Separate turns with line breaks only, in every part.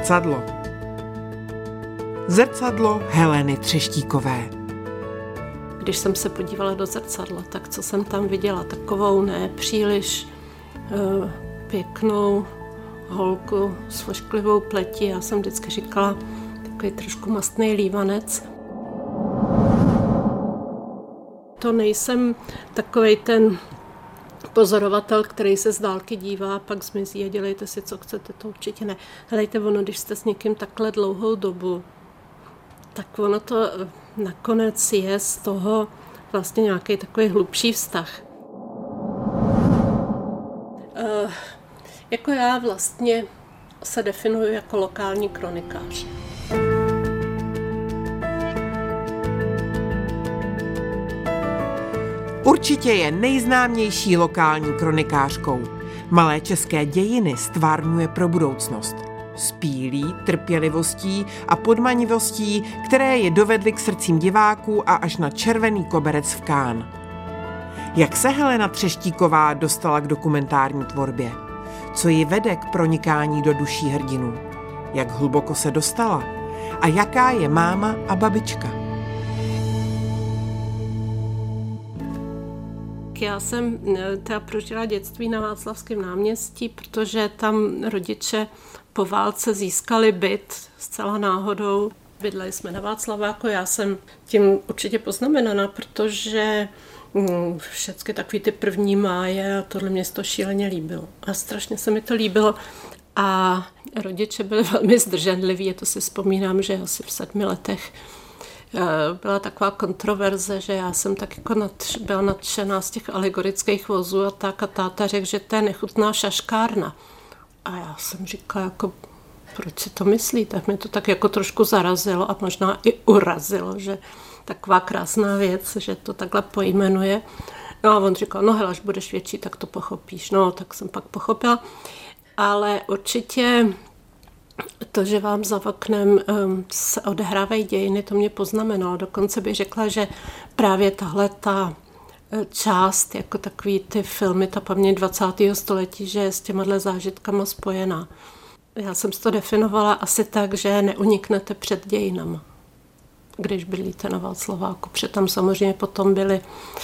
Zrcadlo. Zrcadlo Heleny Třeštíkové.
Když jsem se podívala do zrcadla, tak co jsem tam viděla? Takovou nepříliš pěknou holku s ošklivou pletí. Já jsem vždycky říkala, takový trošku mastný lívanec. To nejsem takovej ten pozorovatel, který se z dálky dívá, pak zmizí a dělejte si, co chcete, to určitě ne. Helejte, ono, když jste s někým takhle dlouhou dobu, tak ono to nakonec je z toho vlastně nějaký takový hlubší vztah. Jako já vlastně se definuji jako lokální kronikář.
Určitě je nejznámější lokální kronikářkou. Malé české dějiny stvárňuje pro budoucnost. S pílí, trpělivostí a podmanivostí, které je dovedly k srdcím diváků a až na červený koberec v Cannes. Jak se Helena Třeštíková dostala k dokumentární tvorbě? Co ji vede k pronikání do duší hrdinů? Jak hluboko se dostala? A jaká je máma a babička?
Já jsem teda prožila dětství na Václavském náměstí, protože tam rodiče po válce získali byt zcela náhodou. Bydleli jsme na Václaváku, já jsem tím určitě poznamenaná, protože všechny takový ty 1. máje a tohle mě to šíleně líbilo. A strašně se mi to líbilo. A rodiče byli velmi zdrženliví, to si vzpomínám, že asi v 7 letech byla taková kontroverze, že já jsem tak jako byla nadšená z těch alegorických vozů a tak a táta řekl, že to je nechutná šaškárna. A já jsem říkala, jako, proč si to myslíte? Mě to tak jako trošku zarazilo a možná i urazilo, že taková krásná věc, že to takhle pojmenuje. No a on říkal, no hele, až budeš větší, tak to pochopíš. No, tak jsem pak pochopila. Ale určitě to, že vám za oknem se odehrávají dějiny, to mě poznamenalo. Dokonce bych řekla, že právě tahle ta část, jako takový ty filmy, ta paměť 20. století, že je s těmahle zážitkama spojená. Já jsem si to definovala asi tak, že neuniknete před dějinama, když bydlíte na Václaváku. Protože tam samozřejmě potom byly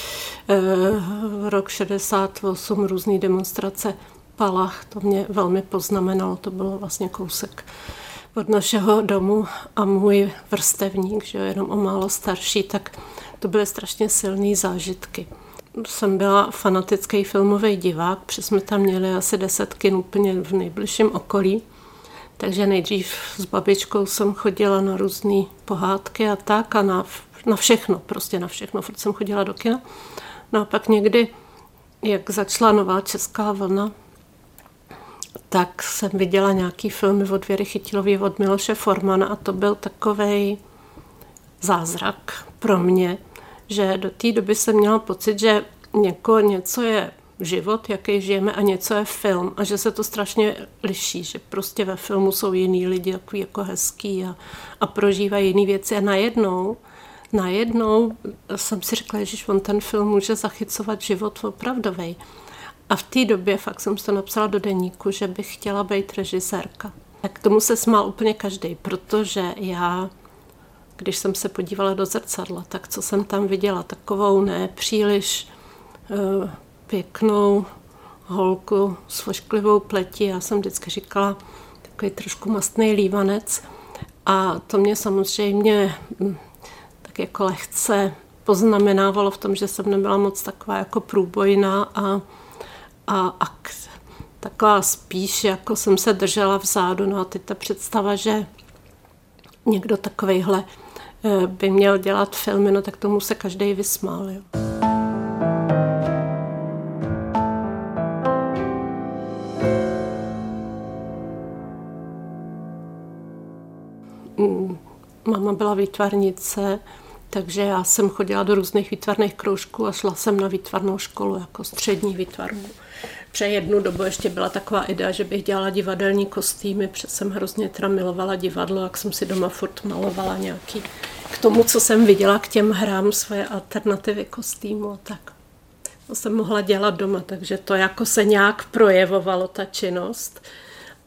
rok 68 různý demonstrace Palach, to mě velmi poznamenalo, to bylo vlastně kousek od našeho domu a můj vrstevník, že jenom o málo starší, tak to byly strašně silné zážitky. Jsem byla fanatický filmový divák, protože jsme tam měli asi 10 kin úplně v nejbližším okolí, takže nejdřív s babičkou jsem chodila na různé pohádky a tak a na všechno, prostě na všechno, furt jsem chodila do kina. No a pak někdy, jak začala nová česká vlna, tak jsem viděla nějaký filmy od Věry Chytilové, od Miloše Formana a to byl takovej zázrak pro mě, že do té doby jsem měla pocit, že něco je život, jaký žijeme a něco je film a že se to strašně liší, že prostě ve filmu jsou jiný lidi takový jako hezký a prožívají jiné věci a najednou jsem si řekla, že on ten film může zachycovat život opravdovej. A v té době fakt jsem to napsala do deníku, že bych chtěla být režisérka. Tak tomu se smál úplně každý, protože já, když jsem se podívala do zrcadla, tak co jsem tam viděla? Takovou nepříliš pěknou holku s ošklivou pletí. Já jsem vždycky říkala, takový trošku mastný lívanec. A to mě samozřejmě tak jako lehce poznamenávalo v tom, že jsem nebyla moc taková jako průbojná a taková spíš, jako jsem se držela vzadu. No a teď ta představa, že někdo takovejhle by měl dělat filmy, no tak tomu se každej vysmál. Jo. Máma byla výtvarnice, takže já jsem chodila do různých výtvarných kroužků a šla jsem na výtvarnou školu, jako střední výtvarnou. Pře jednu dobu ještě byla taková idea, že bych dělala divadelní kostýmy, protože jsem hrozně teda milovala divadlo, jak jsem si doma furt malovala nějaký k tomu, co jsem viděla, k těm hrám svoje alternativy kostýmu a tak. To jsem mohla dělat doma, takže to jako se nějak projevovalo, ta činnost.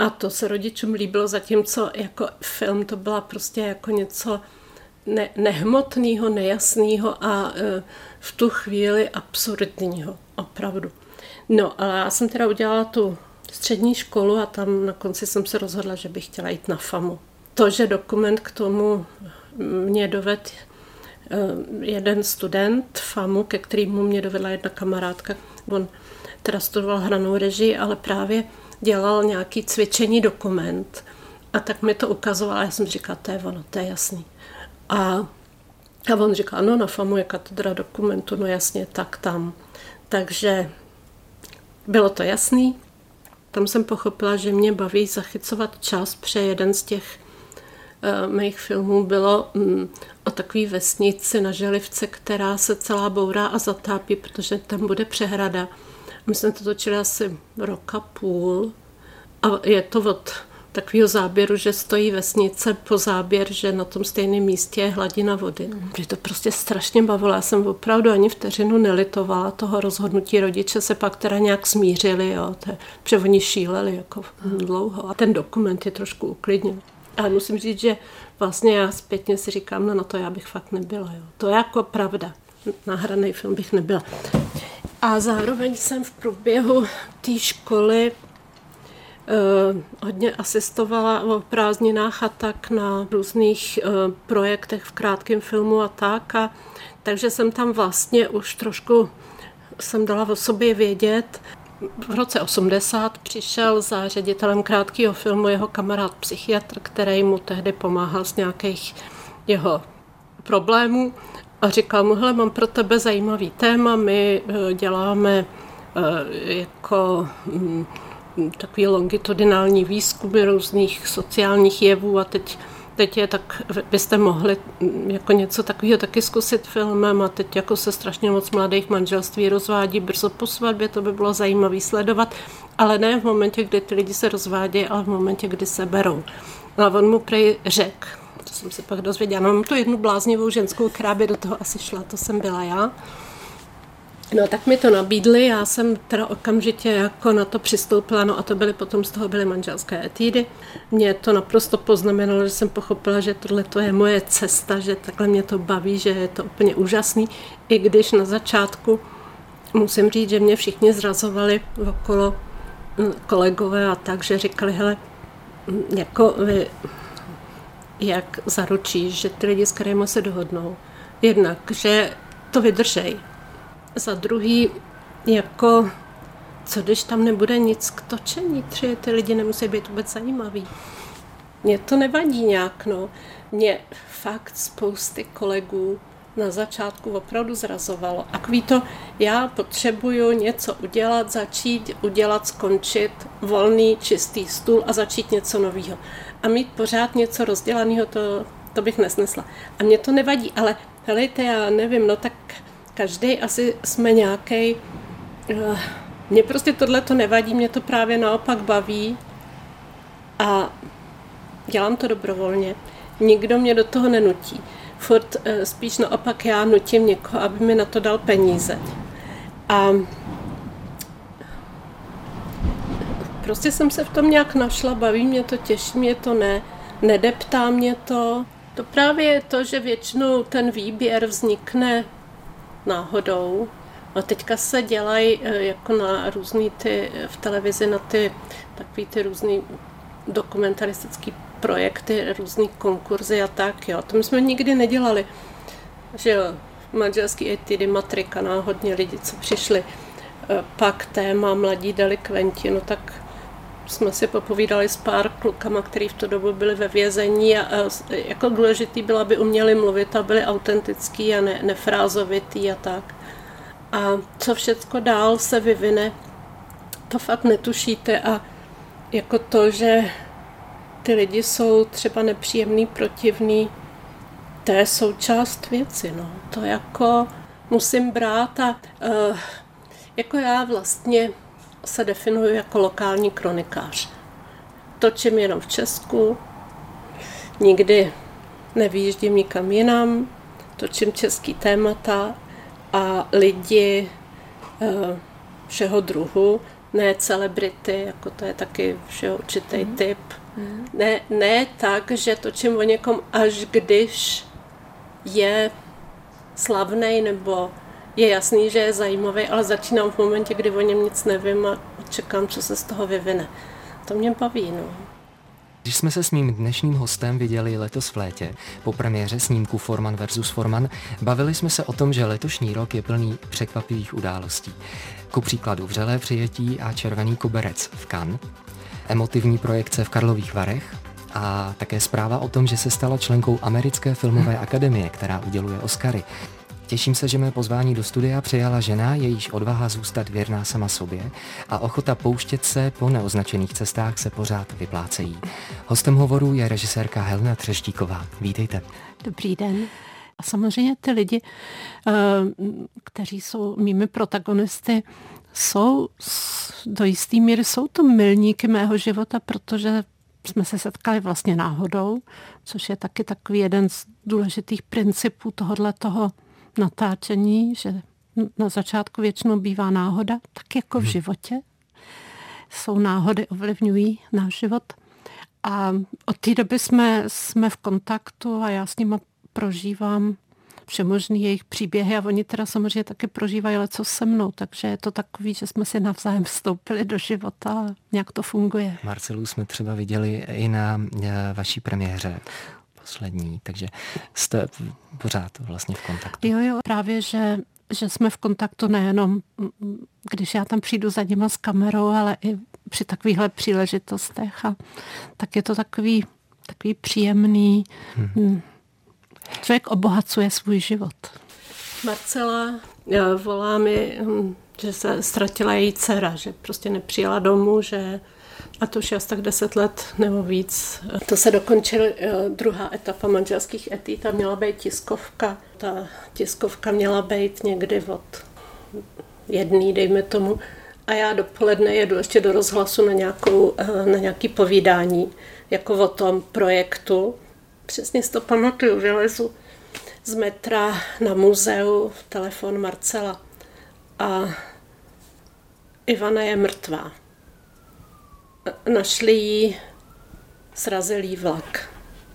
A to se rodičům líbilo, zatímco jako film to byla prostě jako něco nehmotného, nejasného a v tu chvíli absurdního, opravdu. No, ale já jsem teda udělala tu střední školu a tam na konci jsem se rozhodla, že bych chtěla jít na FAMu. To, že dokument k tomu mě dovedl jeden student FAMu, ke kterému mě dovedla jedna kamarádka, on teda studoval hranou režii, ale právě dělal nějaký cvičení dokument a tak mi to ukazoval a já jsem říkala, to je ono, to je jasný. A on říkal, no na FAMu je katedra dokumentu, no jasně, tak tam. Takže bylo to jasný. Tam jsem pochopila, že mě baví zachycovat čas, protože jeden z těch mých filmů bylo o takové vesnici na Želivce, která se celá bourá a zatápí, protože tam bude přehrada. My jsme to točili asi rok a půl a je to od takového záběru, že stojí vesnice po záběr, že na tom stejném místě je hladina vody. Mě to prostě strašně bavilo. Já jsem opravdu ani vteřinu nelitovala toho rozhodnutí. Rodiče se pak teda nějak smířili, jo, protože oni šíleli jako dlouho. A ten dokument je trošku uklidněn. Ale musím říct, že vlastně já zpětně si říkám, no na to já bych fakt nebyla. Jo. To je jako pravda. Na hraný film bych nebyla. A zároveň jsem v průběhu té školy hodně asistovala o prázdninách a tak na různých projektech v krátkém filmu a tak. Takže jsem tam vlastně už trošku jsem dala o sobě vědět. V roce 80 přišel za ředitelem krátkého filmu jeho kamarád psychiatr, který mu tehdy pomáhal z nějakých jeho problémů a říkal mu, hele, mám pro tebe zajímavý téma, my děláme jako takový longitudinální výzkumy různých sociálních jevů a teď je tak, byste mohli jako něco takového taky zkusit filmem a teď jako se strašně moc mladých manželství rozvádí brzo po svatbě, to by bylo zajímavé sledovat, ale ne v momentě, kdy ty lidi se rozvádějí, ale v momentě, kdy se berou. A on mu prej řekl, to jsem se pak dozvěděla, mám tu jednu bláznivou ženskou, která by do toho asi šla, to jsem byla já. No tak mi to nabídli, já jsem teda okamžitě jako na to přistoupila, no a to byly potom z toho byly manželské etídy. Mě to naprosto poznamenalo, že jsem pochopila, že tohle to je moje cesta, že takhle mě to baví, že je to úplně úžasný, i když na začátku musím říct, že mě všichni zrazovali okolo kolegové a tak, že říkali, hele, jako vy, jak zaručíš, že ty lidi, s kterými se dohodnou, jednak, že to vydržej. Za druhý, jako, co když tam nebude nic k točení, třeba ty lidi nemusí být vůbec zajímavý. Mně to nevadí nějak, no. Mě fakt spousty kolegů na začátku opravdu zrazovalo. A kví to, já potřebuju něco udělat, začít, udělat, skončit, volný, čistý stůl a začít něco nového. A mít pořád něco rozdělaného, to bych nesnesla. A mě to nevadí, ale helejte, já nevím, no tak každý asi jsme nějaký. Mně prostě tohle to nevadí, mě to právě naopak baví a dělám to dobrovolně. Nikdo mě do toho nenutí. Furt spíš naopak já nutím někoho, aby mi na to dal peníze. A prostě jsem se v tom nějak našla, baví mě to, těší mě to, nedeptá mě to. To právě je to, že většinou ten výběr vznikne náhodou. A teďka se dělají jako na různý ty v televizi, na ty takový ty různý dokumentaristický projekty, různý konkurzy a tak, jo. To my jsme nikdy nedělali. Že jo, manželský etidy, matrika, náhodně lidi, co přišli. Pak téma mladí delikventi, no tak jsme si popovídali s pár klukama, který v tu dobu byli ve vězení a jako důležitý bylo, aby uměli mluvit a byli autentický a nefrázovitý a tak. A co všecko dál se vyvine, to fakt netušíte a jako to, že ty lidi jsou třeba nepříjemný, protivný, to je součást věci, no. To jako musím brát a jako já vlastně se definuji jako lokální kronikář. Točím jenom v Česku, nikdy nevýjíždím nikam jinam, točím český témata a lidi všeho druhu, ne celebrity, jako to je taky určitý typ. Ne tak, že točím o někom, až když je slavnej nebo je jasný, že je zajímavý, ale začínám v momentě, kdy o něm nic nevím a čekám, co se z toho vyvine. To mě baví, no.
Když jsme se s mým dnešním hostem viděli letos v létě, po premiéře snímku Forman versus Forman, bavili jsme se o tom, že letošní rok je plný překvapivých událostí. Ku příkladu vřelé přijetí a červený koberec v Cannes, emotivní projekce v Karlových Varech a také zpráva o tom, že se stala členkou Americké filmové akademie, která uděluje Oscary. Těším se, že mé pozvání do studia přijala žena, jejíž odvaha zůstat věrná sama sobě a ochota pouštět se po neoznačených cestách se pořád vyplácejí. Hostem hovoru je režisérka Helena Třeštíková. Vítejte.
Dobrý den. A samozřejmě ty lidi, kteří jsou mými protagonisty, jsou do jisté míry jsou to milníky mého života, protože jsme se setkali vlastně náhodou, což je taky takový jeden z důležitých principů tohoto natáčení, že na začátku většinou bývá náhoda, tak jako v životě. Jsou náhody, ovlivňují náš život. A od té doby jsme v kontaktu a já s nimi prožívám všemožný jejich příběhy a oni teda samozřejmě taky prožívají leco se mnou, takže je to takový, že jsme si navzájem vstoupili do života a nějak to funguje.
Marcelu jsme třeba viděli i na vaší premiéře poslední, takže jste pořád vlastně v kontaktu.
Jo, právě, že jsme v kontaktu nejenom, když já tam přijdu za nima s kamerou, ale i při takovýchhle příležitostech a tak je to takový příjemný. Člověk obohacuje svůj život. Marcela volá mi, že se ztratila její dcera, že prostě nepřijela domů, a to už je asi tak 10 let nebo víc. To se dokončila druhá etapa manželských etít a měla být tiskovka. Ta tiskovka měla být někdy od 1, dejme tomu. A já dopoledne jedu ještě do rozhlasu na nějaký povídání, jako o tom projektu. Přesně si to pamatuju, vylezu z metra na muzeu, telefon Marcela a Ivana je mrtvá. Našli jí srazilý vlak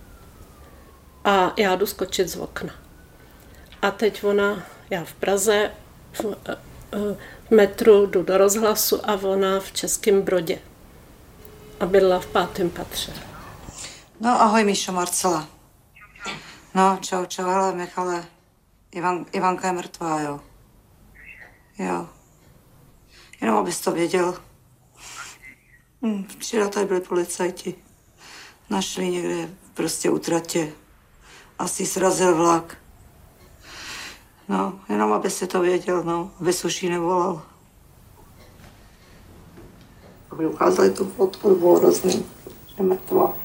a já jdu skočit z okna. A teď já v Praze v metru jdu do rozhlasu a ona v Českém Brodě a bydla v 5. patře.
No ahoj Míšo, Marcela. No čau, hele Michale, Ivanka je mrtvá, jo. Jo. Jenom abys to věděl. Včera tady byli policajti. Našli někde prostě u tratě. Asi srazil vlak. No, jenom aby si to věděl, no. Aby Suší nevolal. Aby ukázali tu fotku, to bylo hrozný. Je mrtvá.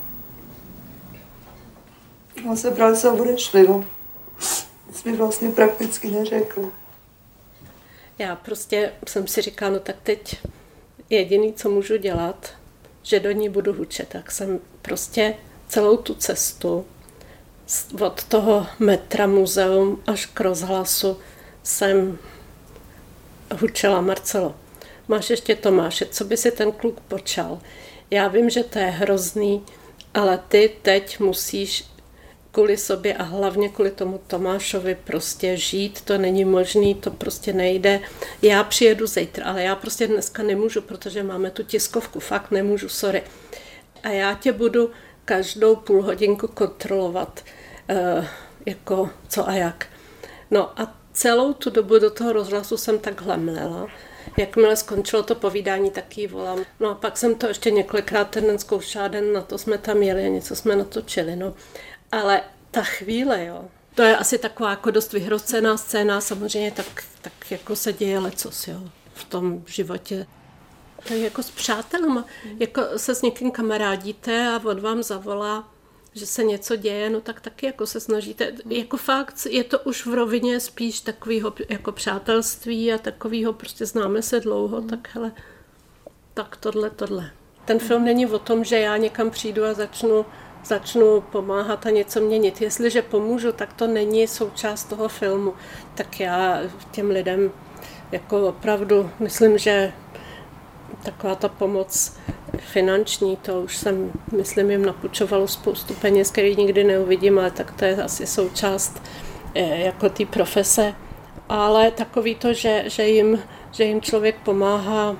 No, sebrali se a odešli, no. Nic mi vlastně prakticky neřekl.
Já prostě jsem si říkala, no tak teď jediný, co můžu dělat, že do ní budu hučet. Tak jsem prostě celou tu cestu od toho metra muzeum až k rozhlasu jsem hučela: Marcelo, máš ještě Tomáše, co by si ten kluk počal? Já vím, že to je hrozný, ale ty teď musíš kvůli sobě a hlavně kvůli tomu Tomášovi prostě žít, to není možný, to prostě nejde. Já přijedu zítra, ale já prostě dneska nemůžu, protože máme tu tiskovku, fakt nemůžu, sorry. A já tě budu každou půl hodinku kontrolovat, jako co a jak. No a celou tu dobu do toho rozhlasu jsem takhle mlela. Jakmile skončilo to povídání, tak jí volám. No a pak jsem to ještě několikrát ten den zkoušela, den na to jsme tam jeli a něco jsme natočili, no. Ale ta chvíle, jo, to je asi taková jako dost vyhrocená scéna, samozřejmě tak jako se děje lecos, jo, v tom životě. Tak jako s přátelama, jako se s někým kamarádíte a on vám zavolá, že se něco děje, no tak taky jako se snažíte, jako fakt je to už v rovině spíš takového jako přátelství a takového prostě známe se dlouho, tak hele, tak tohle. Ten film není o tom, že já někam přijdu a začnu pomáhat a něco měnit. Jestliže pomůžu, tak to není součást toho filmu. Tak já těm lidem jako opravdu myslím, že taková ta pomoc finanční, to už jsem, myslím, jim napůjčovalo spoustu peněz, který nikdy neuvidím, ale tak to je asi součást jako té profese. Ale takový to, že jim člověk pomáhá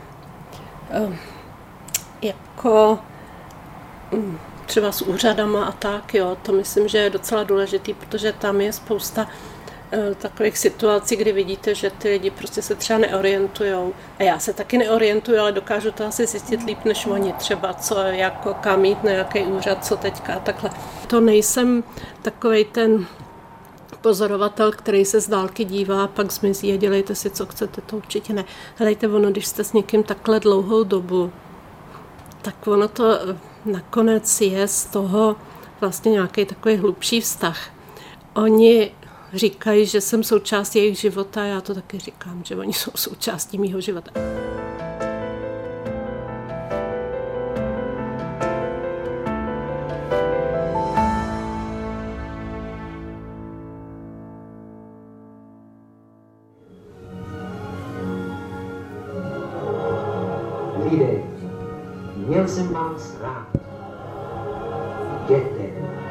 jako třeba s úřadama a tak, jo, to myslím, že je docela důležitý, protože tam je spousta takových situací, kdy vidíte, že ty lidi prostě se třeba neorientujou. A já se taky neorientuju, ale dokážu to asi zjistit líp než oni. Třeba co, jako kam jít, na jaký úřad, co teďka a takhle. To nejsem takovej ten pozorovatel, který se z dálky dívá, pak zmizí a dělejte si, co chcete, to určitě ne. Helejte, ono, když jste s někým takhle dlouhou dobu, tak ono to nakonec je z toho vlastně nějaký takový hlubší vztah. Oni říkají, že jsem součástí jejich života, já to taky říkám, že oni jsou součástí mýho života.
Lidé, měl jsem vás rád. Jděte.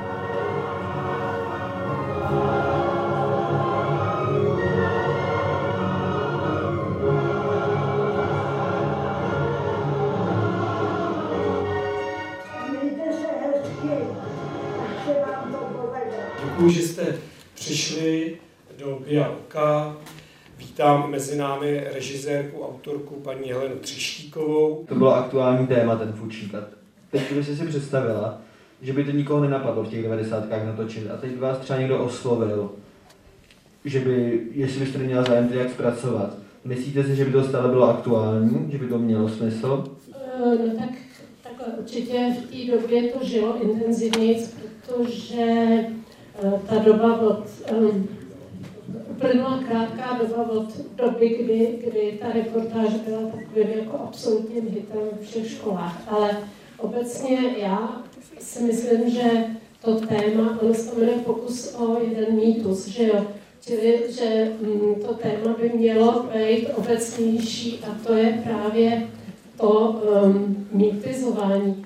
Děkuji, že jste přišli do BIA Oka. Vítám mezi námi režisérku, autorku paní Helenu Třeštíkovou.
To bylo aktuální téma, ten fučík. A teď, když jsi si představila, že by to nikoho nenapadlo v těch 90kách natočit a teď vás třeba někdo oslovil, že by, jestli byste neměla zájem to jak zpracovat. Myslíte si, že by to stále bylo aktuální, že by to mělo smysl?
No tak určitě v té době to žilo intenzivněji, protože ta doba uplynula krátká doba od doby, kdy ta reportáž byla takovým jako absolutním hitem v všech školách. Ale obecně já si myslím, že to téma, ono se to jmenuje pokus o jeden mýtus, že jo? Čili, že to téma by mělo být obecnější a to je právě to mýtizování.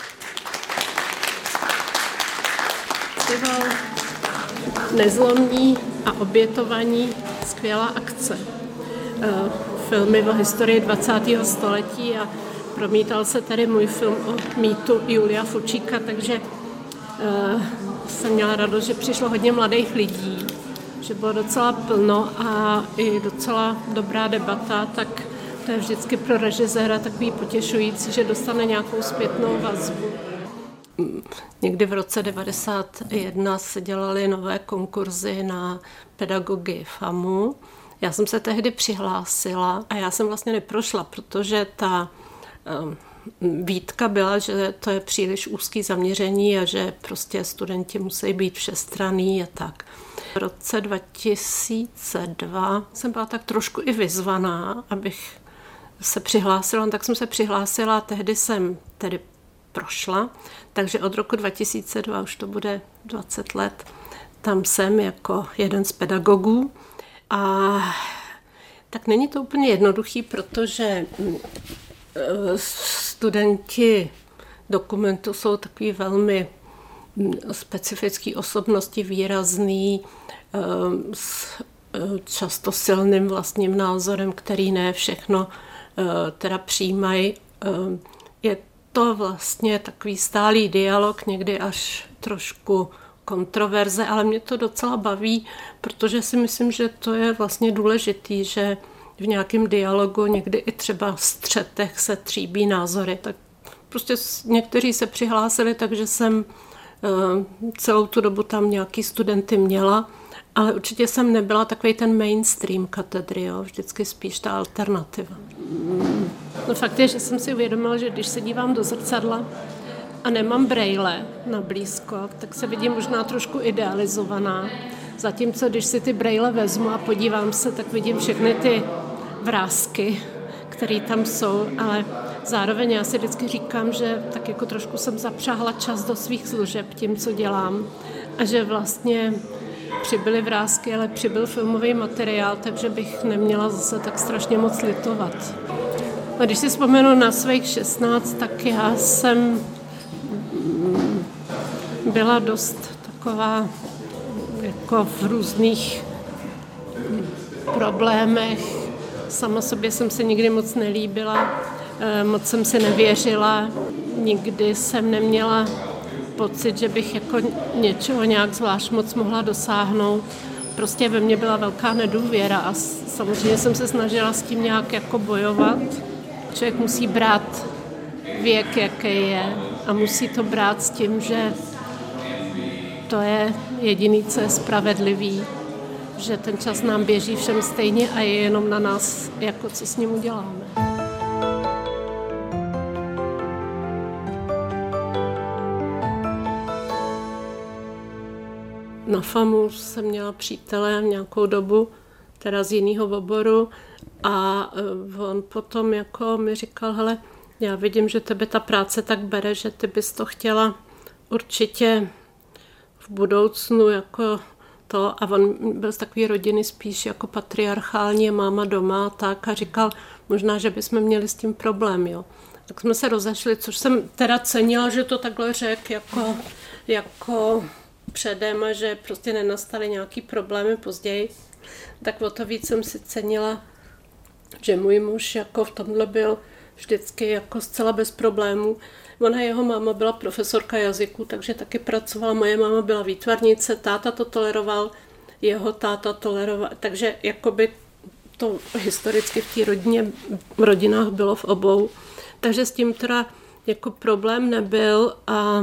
Festival Nezlomní a obětovaní, skvělá akce. Filmy o historii 20. století a promítal se tady můj film o mýtu Julia Fučíka, takže jsem měla radost, že přišlo hodně mladých lidí, že bylo docela plno a i docela dobrá debata, tak to je vždycky pro režiséra takový potěšující, že dostane nějakou zpětnou vazbu. Někdy v roce 1991 se dělaly nové konkurzy na pedagogy FAMu. Já jsem se tehdy přihlásila a já jsem vlastně neprošla, protože ta výtka byla, že to je příliš úzký zaměření a že prostě studenti musí být všestranný a tak. V roce 2002 jsem byla tak trošku i vyzvaná, abych se přihlásila, tak jsem se přihlásila a tehdy jsem tedy prošla, takže od roku 2002, už to bude 20 let, tam jsem jako jeden z pedagogů a tak není to úplně jednoduchý, protože studenti dokumentu jsou takový velmi specifický osobnosti, výrazný, s často silným vlastním názorem, který ne všechno teda přijímají. Je to vlastně takový stálý dialog, někdy až trošku kontroverze, ale mě to docela baví, protože si myslím, že to je vlastně důležitý, že v nějakém dialogu, někdy i třeba v střetech se tříbí názory. Tak prostě někteří se přihlásili, takže jsem celou tu dobu tam nějaký studenty měla, ale určitě jsem nebyla takový ten mainstream katedry, jo? Vždycky spíš ta alternativa. No fakt je, že jsem si uvědomila, že když se dívám do zrcadla a nemám brejle na blízko, tak se vidím možná trošku idealizovaná. Zatímco když si ty brejle vezmu a podívám se, tak vidím všechny ty vrásky, které tam jsou, ale zároveň já si vždycky říkám, že tak jako trošku jsem zapřáhla čas do svých služeb tím, co dělám a že vlastně přibyly vrásky, ale přibyl filmový materiál, takže bych neměla zase tak strašně moc litovat. A když si vzpomenu na svých 16, tak já jsem byla dost taková jako v různých problémech. Sama sobě jsem se nikdy moc nelíbila, moc jsem si nevěřila, nikdy jsem neměla pocit, že bych jako něčeho nějak zvlášť moc mohla dosáhnout. Prostě ve mně byla velká nedůvěra a samozřejmě jsem se snažila s tím nějak jako bojovat. Člověk musí brát věk, jaký je, a musí to brát s tím, že to je jediný, co je spravedlivý, že ten čas nám běží všem stejně a je jenom na nás, jako co s ním uděláme. Na FAMu jsem měla přítele nějakou dobu, teda z jiného oboru, a on potom jako mi říkal, hele, já vidím, že tebe ta práce tak bere, že ty bys to chtěla určitě v budoucnu jako to, a on byl z takové rodiny spíš jako patriarchální, máma doma tak, a říkal, možná, že bychom měli s tím problém, jo. Tak jsme se rozešli, což jsem teda cenila, že to takhle řekl jako předem, a že prostě nenastaly nějaký problémy později. Tak o to víc jsem si cenila, že můj muž jako v tomhle byl vždycky jako zcela bez problémů. Jeho máma byla profesorka jazyku, takže taky pracovala. Moje máma byla výtvarnice, táta to toleroval, jeho táta toleroval. Takže jakoby to historicky v té rodinách bylo v obou. Takže s tím teda jako problém nebyl, a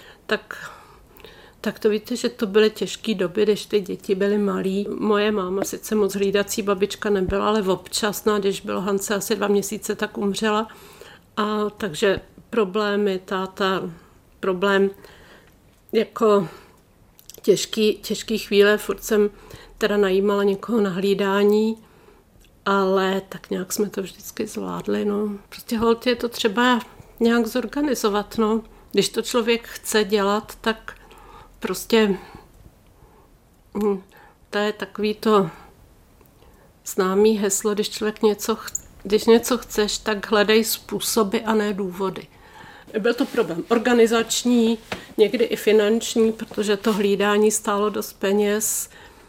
tak to víte, že to byly těžké doby, když ty děti byly malí. Moje máma sice moc hlídací babička nebyla, ale občas, když bylo Hance asi 2 měsíce, tak umřela. A takže problémy, problém jako těžký chvíle, furt jsem teda najímala někoho na hlídání, ale tak nějak jsme to vždycky zvládli, no. Prostě holt je to třeba nějak zorganizovat, no. Když to člověk chce dělat, tak prostě to je takový to známý heslo, když něco chceš, tak hledej způsoby a ne důvody. Byl to problém organizační, někdy i finanční, protože to hlídání stálo dost peněz,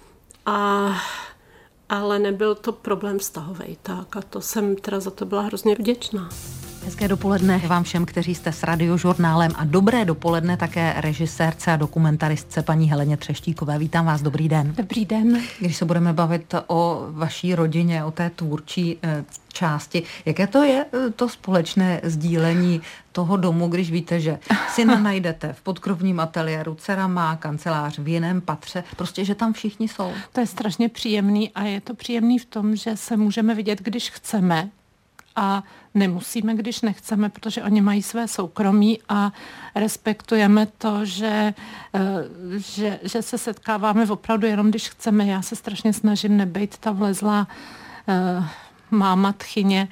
ale nebyl to problém vztahovej, tak, a to jsem teda za to byla hrozně vděčná.
Hezké dopoledne vám všem, kteří jste s Radiožurnálem, a dobré dopoledne také režisérce a dokumentaristce paní Heleně Třeštíkové. Vítám vás, dobrý den.
Dobrý den.
Když se budeme bavit o vaší rodině, o té tvůrčí části, jaké to je to společné sdílení toho domu, když víte, že syna najdete v podkrovním ateliéru, dcera má kancelář v jiném patře, prostě, že tam všichni jsou.
To je strašně příjemný, a je to příjemný v tom, že se můžeme vidět, když chceme, a nemusíme, když nechceme, protože oni mají své soukromí, a respektujeme to, že se setkáváme opravdu jenom, když chceme. Já se strašně snažím nebejt ta vlezlá máma tchyně,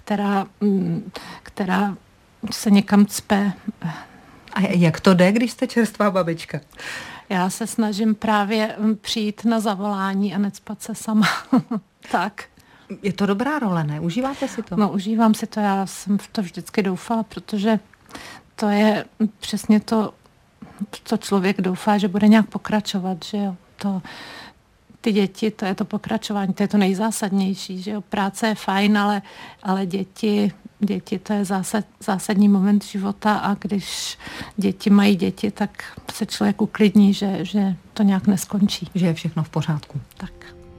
která se někam cpe.
A jak to jde, když jste čerstvá babička?
Já se snažím právě přijít na zavolání a necpat se sama. Tak.
Je to dobrá role, ne? Užíváte si to?
No, užívám si to, já jsem v to vždycky doufala, protože to je přesně to, co člověk doufá, že bude nějak pokračovat, že jo. Ty děti, to je to pokračování, to je to nejzásadnější, že jo. Práce je fajn, ale děti, to je zásadní moment života, a když děti mají děti, tak se člověk uklidní, že to nějak neskončí.
Že je všechno v pořádku.
Tak.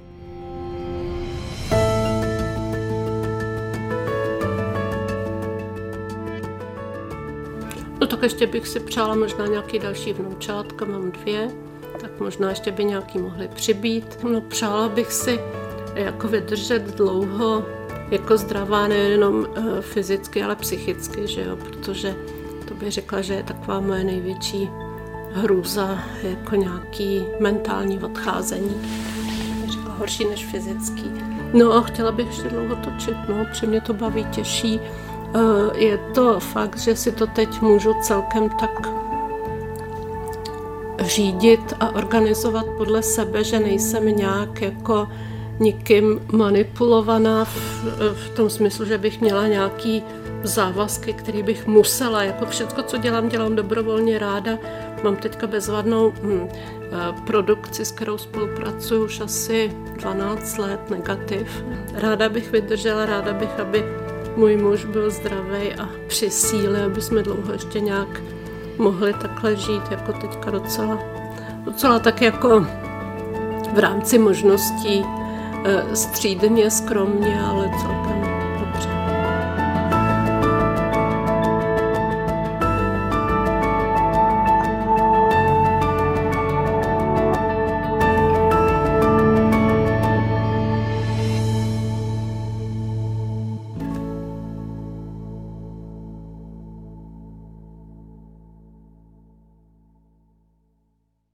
No tak ještě bych si přála možná nějaký další vnoučátka, mám 2, tak možná ještě by nějaký mohly přibýt. No přála bych si jako vydržet dlouho, jako zdravá, nejenom fyzicky, ale psychicky, že jo, protože to bych řekla, že je taková moje největší hrůza, jako nějaký mentální odcházení. Bych řekla horší než fyzický. No a chtěla bych ještě dlouho točit, no, protože mě to baví, těší. Je to fakt, že si to teď můžu celkem tak řídit a organizovat podle sebe, že nejsem nějak jako nikým manipulovaná v tom smyslu, že bych měla nějaký závazky, který bych musela. Jako všechno, co dělám dobrovolně ráda. Mám teďka bezvadnou produkci, s kterou spolupracuju už asi 12 let, Negativ. Ráda bych vydržela, ráda bych, aby můj muž byl zdravý a při síle, aby jsme dlouho ještě nějak mohli takhle žít, jako teďka docela tak jako v rámci možností střídně, skromně, ale celkem